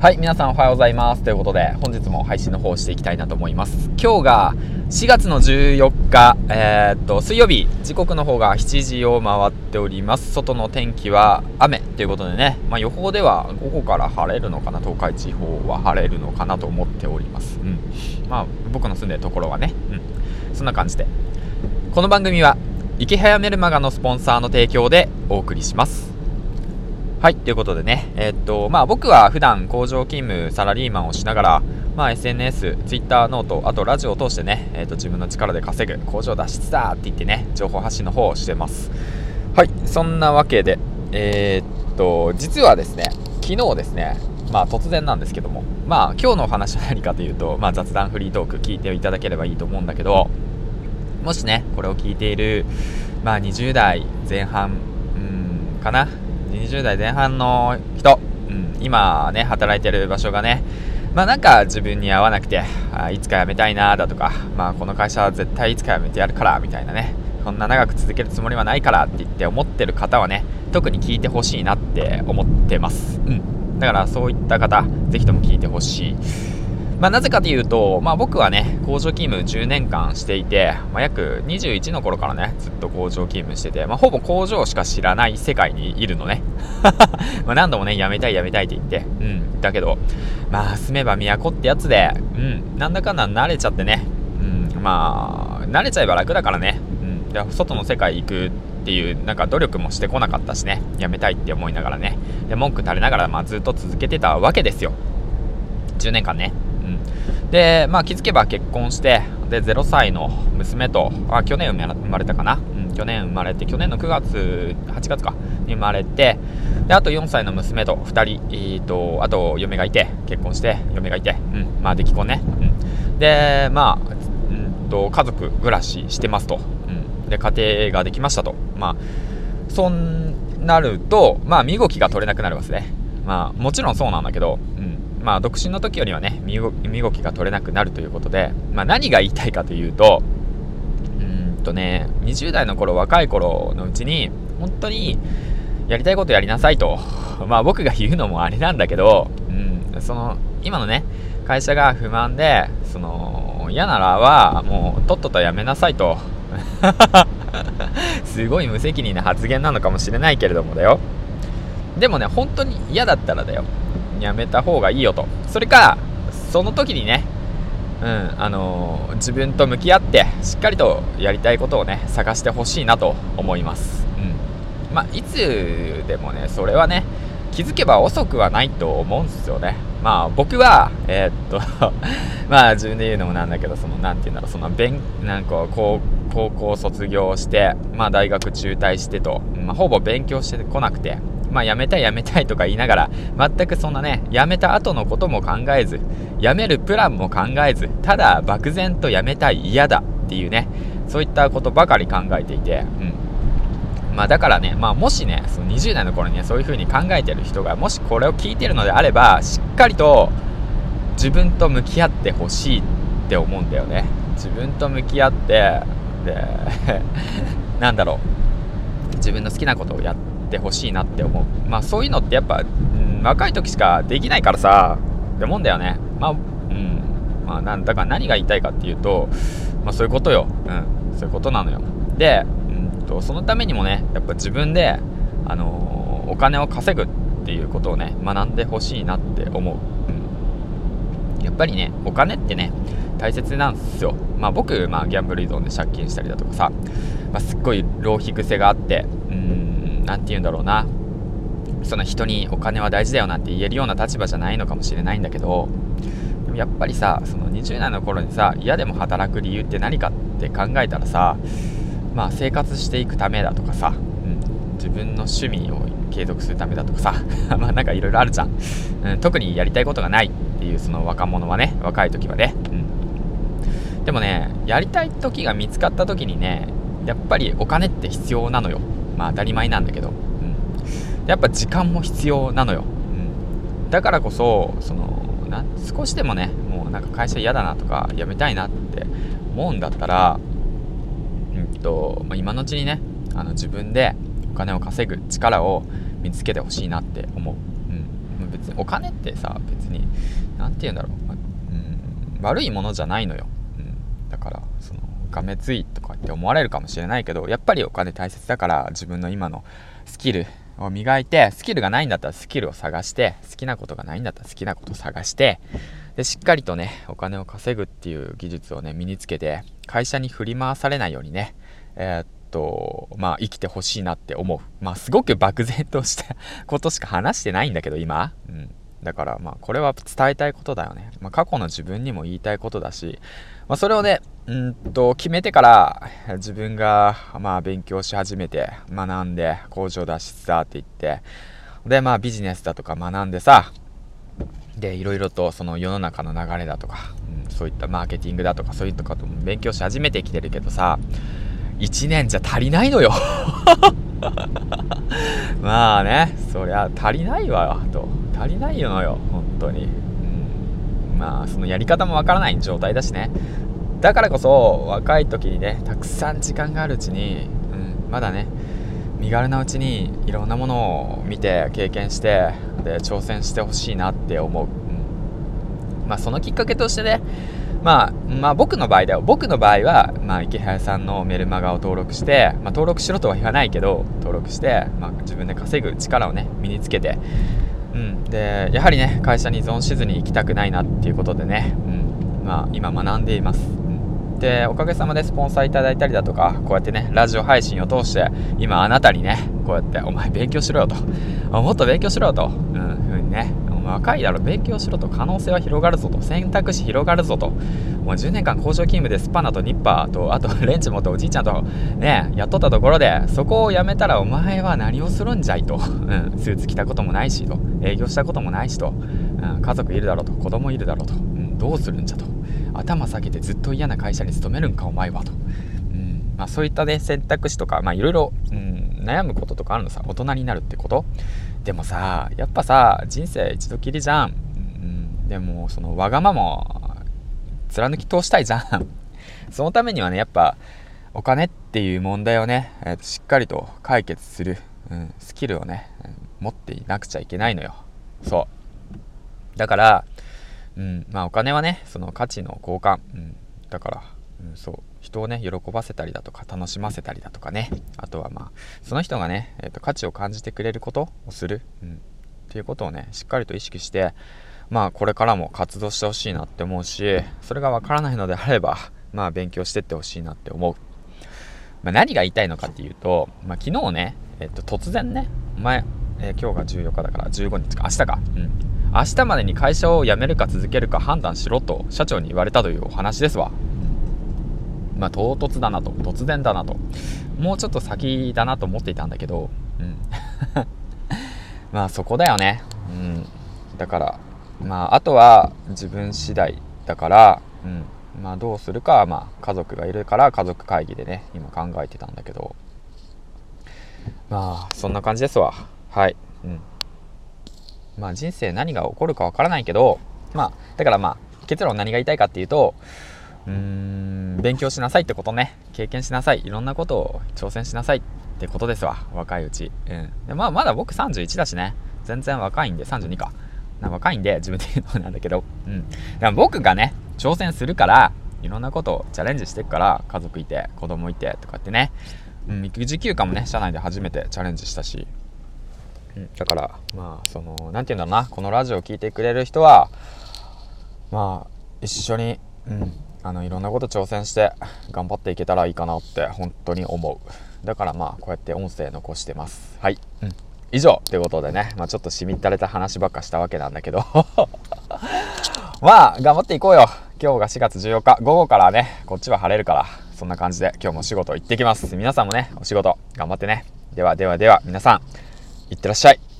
はい、皆さんおはようございます。ということで、本日も配信の方をしていきたいなと思います。今日が4月の14日、水曜日、時刻の方が7時を回っております。外の天気は雨ということでね、予報では午後から晴れるのかな、東海地方は晴れるのかなと思っております。僕の住んでるところはね、そんな感じで。この番組は、池早メルマガのスポンサーの提供でお送りします。はい、ということでね、僕は普段工場勤務サラリーマンをしながら、SNS、Twitter、ノート、あとラジオを通してね、自分の力で稼ぐ工場脱出だって言ってね、情報発信の方をしてます。はい、そんなわけで、実はですね、昨日ですね、突然なんですけども、今日のお話は何かというと、雑談フリートーク聞いていただければいいと思うんだけど、もしね、これを聞いている、20代前半、かな。20代前半の人、今ね働いてる場所がねなんか自分に合わなくていつか辞めたいなだとか、この会社は絶対いつか辞めてやるからみたいなね、こんな長く続けるつもりはないからって言って思ってる方はね、特に聞いてほしいなって思ってます。だからそういった方ぜひとも聞いてほしい。なぜかというと、僕はね工場勤務10年間していて、約21の頃からねずっと工場勤務してて、ほぼ工場しか知らない世界にいるのね何度もね辞めたいって言ってだけど住めば都ってやつで、なんだかんだ慣れちゃってね、慣れちゃえば楽だからね、で外の世界行くっていうなんか努力もしてこなかったしね、辞めたいって思いながらね、で文句垂れながらずっと続けてたわけですよ、10年間ね。で気づけば結婚して、で0歳の娘と去年生まれたかな、去年生まれて、去年の8月かに生まれて、であと4歳の娘と2人、あと嫁がいて、結婚して嫁がいて、で既婚ね、で家族暮らししてますと、で家庭ができましたと、そうなると身動きが取れなくなるわけですね。もちろんそうなんだけど、独身の時よりはね身動きが取れなくなるということで、何が言いたいかというと、20代の頃、若い頃のうちに本当にやりたいことやりなさいと僕が言うのもあれなんだけど、その今のね会社が不満で、その嫌ならはもうとっととやめなさいとすごい無責任な発言なのかもしれないけれどもだよ。でもね、本当に嫌だったらだよ、やめた方がいいよと。それかその時にね、自分と向き合ってしっかりとやりたいことをね探してほしいなと思います。いつでもねそれはね気づけば遅くはないと思うんですよね。僕は自分で言うのもなんだけど、そのなんていうんだろう、そのなんか高校卒業して、大学中退してと、ほぼ勉強してこなくて、辞めたいとか言いながら、全くそんなね辞めた後のことも考えず、辞めるプランも考えず、ただ漠然と辞めたい、嫌だっていうね、そういったことばかり考えていて、だからね、もしねその20代の頃にねそういう風に考えてる人がもしこれを聞いてるのであれば、しっかりと自分と向き合ってほしいって思うんだよね。自分と向き合って、でなんだろう、自分の好きなことをやってほしいなって思う。そういうのってやっぱ、若い時しかできないからさって思うんだよね。だから何が言いたいかっていうと、そういうことよ。そういうことなのよ。でそのためにもねやっぱ自分で、お金を稼ぐっていうことをね学んでほしいなって思う。やっぱりねお金ってね大切なんですよ。僕ギャンブル依存で借金したりだとかさ、すっごい浪費癖があって、なんて言うんだろうな、その人にお金は大事だよなんて言えるような立場じゃないのかもしれないんだけど、でもやっぱりさ、その20代の頃にさ嫌でも働く理由って何かって考えたらさ、生活していくためだとかさ、自分の趣味を継続するためだとかさなんかいろいろあるじゃん。特にやりたいことがないっていうその若者はね、若い時はね、でもねやりたい時が見つかった時にね、やっぱりお金って必要なのよ。当たり前なんだけど、やっぱ時間も必要なのよ。だからこそ少しでもねもうなんか会社嫌だなとか辞めたいなって思うんだったら、今のうちにね自分でお金を稼ぐ力を見つけてほしいなって思う。別別にお金ってさ、別になんて言うんだろう、悪いものじゃないのよ。だからそのがめついとかって思われるかもしれないけど、やっぱりお金大切だから、自分の今のスキルを磨いて、スキルがないんだったらスキルを探して、好きなことがないんだったら好きなことを探して、でしっかりとねお金を稼ぐっていう技術をね身につけて、会社に振り回されないようにね生きてほしいなって思う。すごく漠然としたことしか話してないんだけど今、だからこれは伝えたいことだよね。過去の自分にも言いたいことだし、それをね決めてから自分が勉強し始めて、学んで工場脱出だって言って、でビジネスだとか学んでさ、でいろいろとその世の中の流れだとか、そういったマーケティングだとかそういったことも勉強し始めてきてるけどさ、1年じゃ足りないのよそりゃ足りないわと、足りないのよ本当に。そのやり方もわからない状態だしね。だからこそ若い時にね、たくさん時間があるうちに、まだね身軽なうちにいろんなものを見て経験して、で挑戦してほしいなって思う。そのきっかけとしてね、僕の場合は池早さんのメルマガを登録して、登録しろとは言わないけど登録して、自分で稼ぐ力をね身につけて、でやはりね会社に依存しずに行きたくないなっていうことでね、今学んでいます。でおかげさまでスポンサーいただいたりだとか、こうやってねラジオ配信を通して今あなたにねこうやってお前勉強しろよと、もっと勉強しろよと、ふうにね、若いだろ勉強しろと、可能性は広がるぞと、選択肢広がるぞと、もう10年間工場勤務でスパナとニッパーとあとレンチもとおじいちゃんとねやっとったところで、そこをやめたらお前は何をするんじゃいと、スーツ着たこともないしと、営業したこともないしと、家族いるだろうと、子供いるだろうと、どうするんじゃと、頭下げてずっと嫌な会社に勤めるんかお前はと、そういったね選択肢とかいろいろ悩むこととかあるのさ、大人になるってこと。でもさ、やっぱさ人生一度きりじゃん。でもそのわがままを貫き通したいじゃんそのためにはね、やっぱお金っていう問題をね、しっかりと解決する、スキルをね、持っていなくちゃいけないのよ。そうだから、お金はねその価値の交換、だから、そう人をね喜ばせたりだとか楽しませたりだとかね、あとはその人がね、価値を感じてくれることをする、っていうことをねしっかりと意識して、これからも活動してほしいなって思うし、それがわからないのであれば勉強してってほしいなって思う。何が言いたいのかっていうと、昨日ね、突然ね今日が14日だから15日か明日か、明日までに会社を辞めるか続けるか判断しろと社長に言われたというお話ですわ。唐突だなと、突然だなと、もうちょっと先だなと思っていたんだけど、そこだよね。だからあとは自分次第だから、どうするかは家族がいるから家族会議でね今考えてたんだけど、そんな感じですわ。はい。人生何が起こるかわからないけど、だから結論何が言いたいかっていうと、勉強しなさいってことね。経験しなさい。いろんなことを挑戦しなさいってことですわ。若いうち。でまだ僕31だしね。全然若いんで、32か。若いんで自分で言うのなんだけど、でも僕がね挑戦するからいろんなことをチャレンジしていくから、家族いて子供いてとかってね、育児休暇もね社内で初めてチャレンジしたし、だからそのなんていうんだろうな、このラジオを聞いてくれる人は一緒にいろんなこと挑戦して頑張っていけたらいいかなって本当に思う。だからこうやって音声残してます。はい、以上ということでね、ちょっとしみったれた話ばっかしたわけなんだけど頑張っていこうよ。今日が4月14日午後からねこっちは晴れるから、そんな感じで今日もお仕事行ってきます。皆さんもねお仕事頑張ってね。では皆さんいってらっしゃい。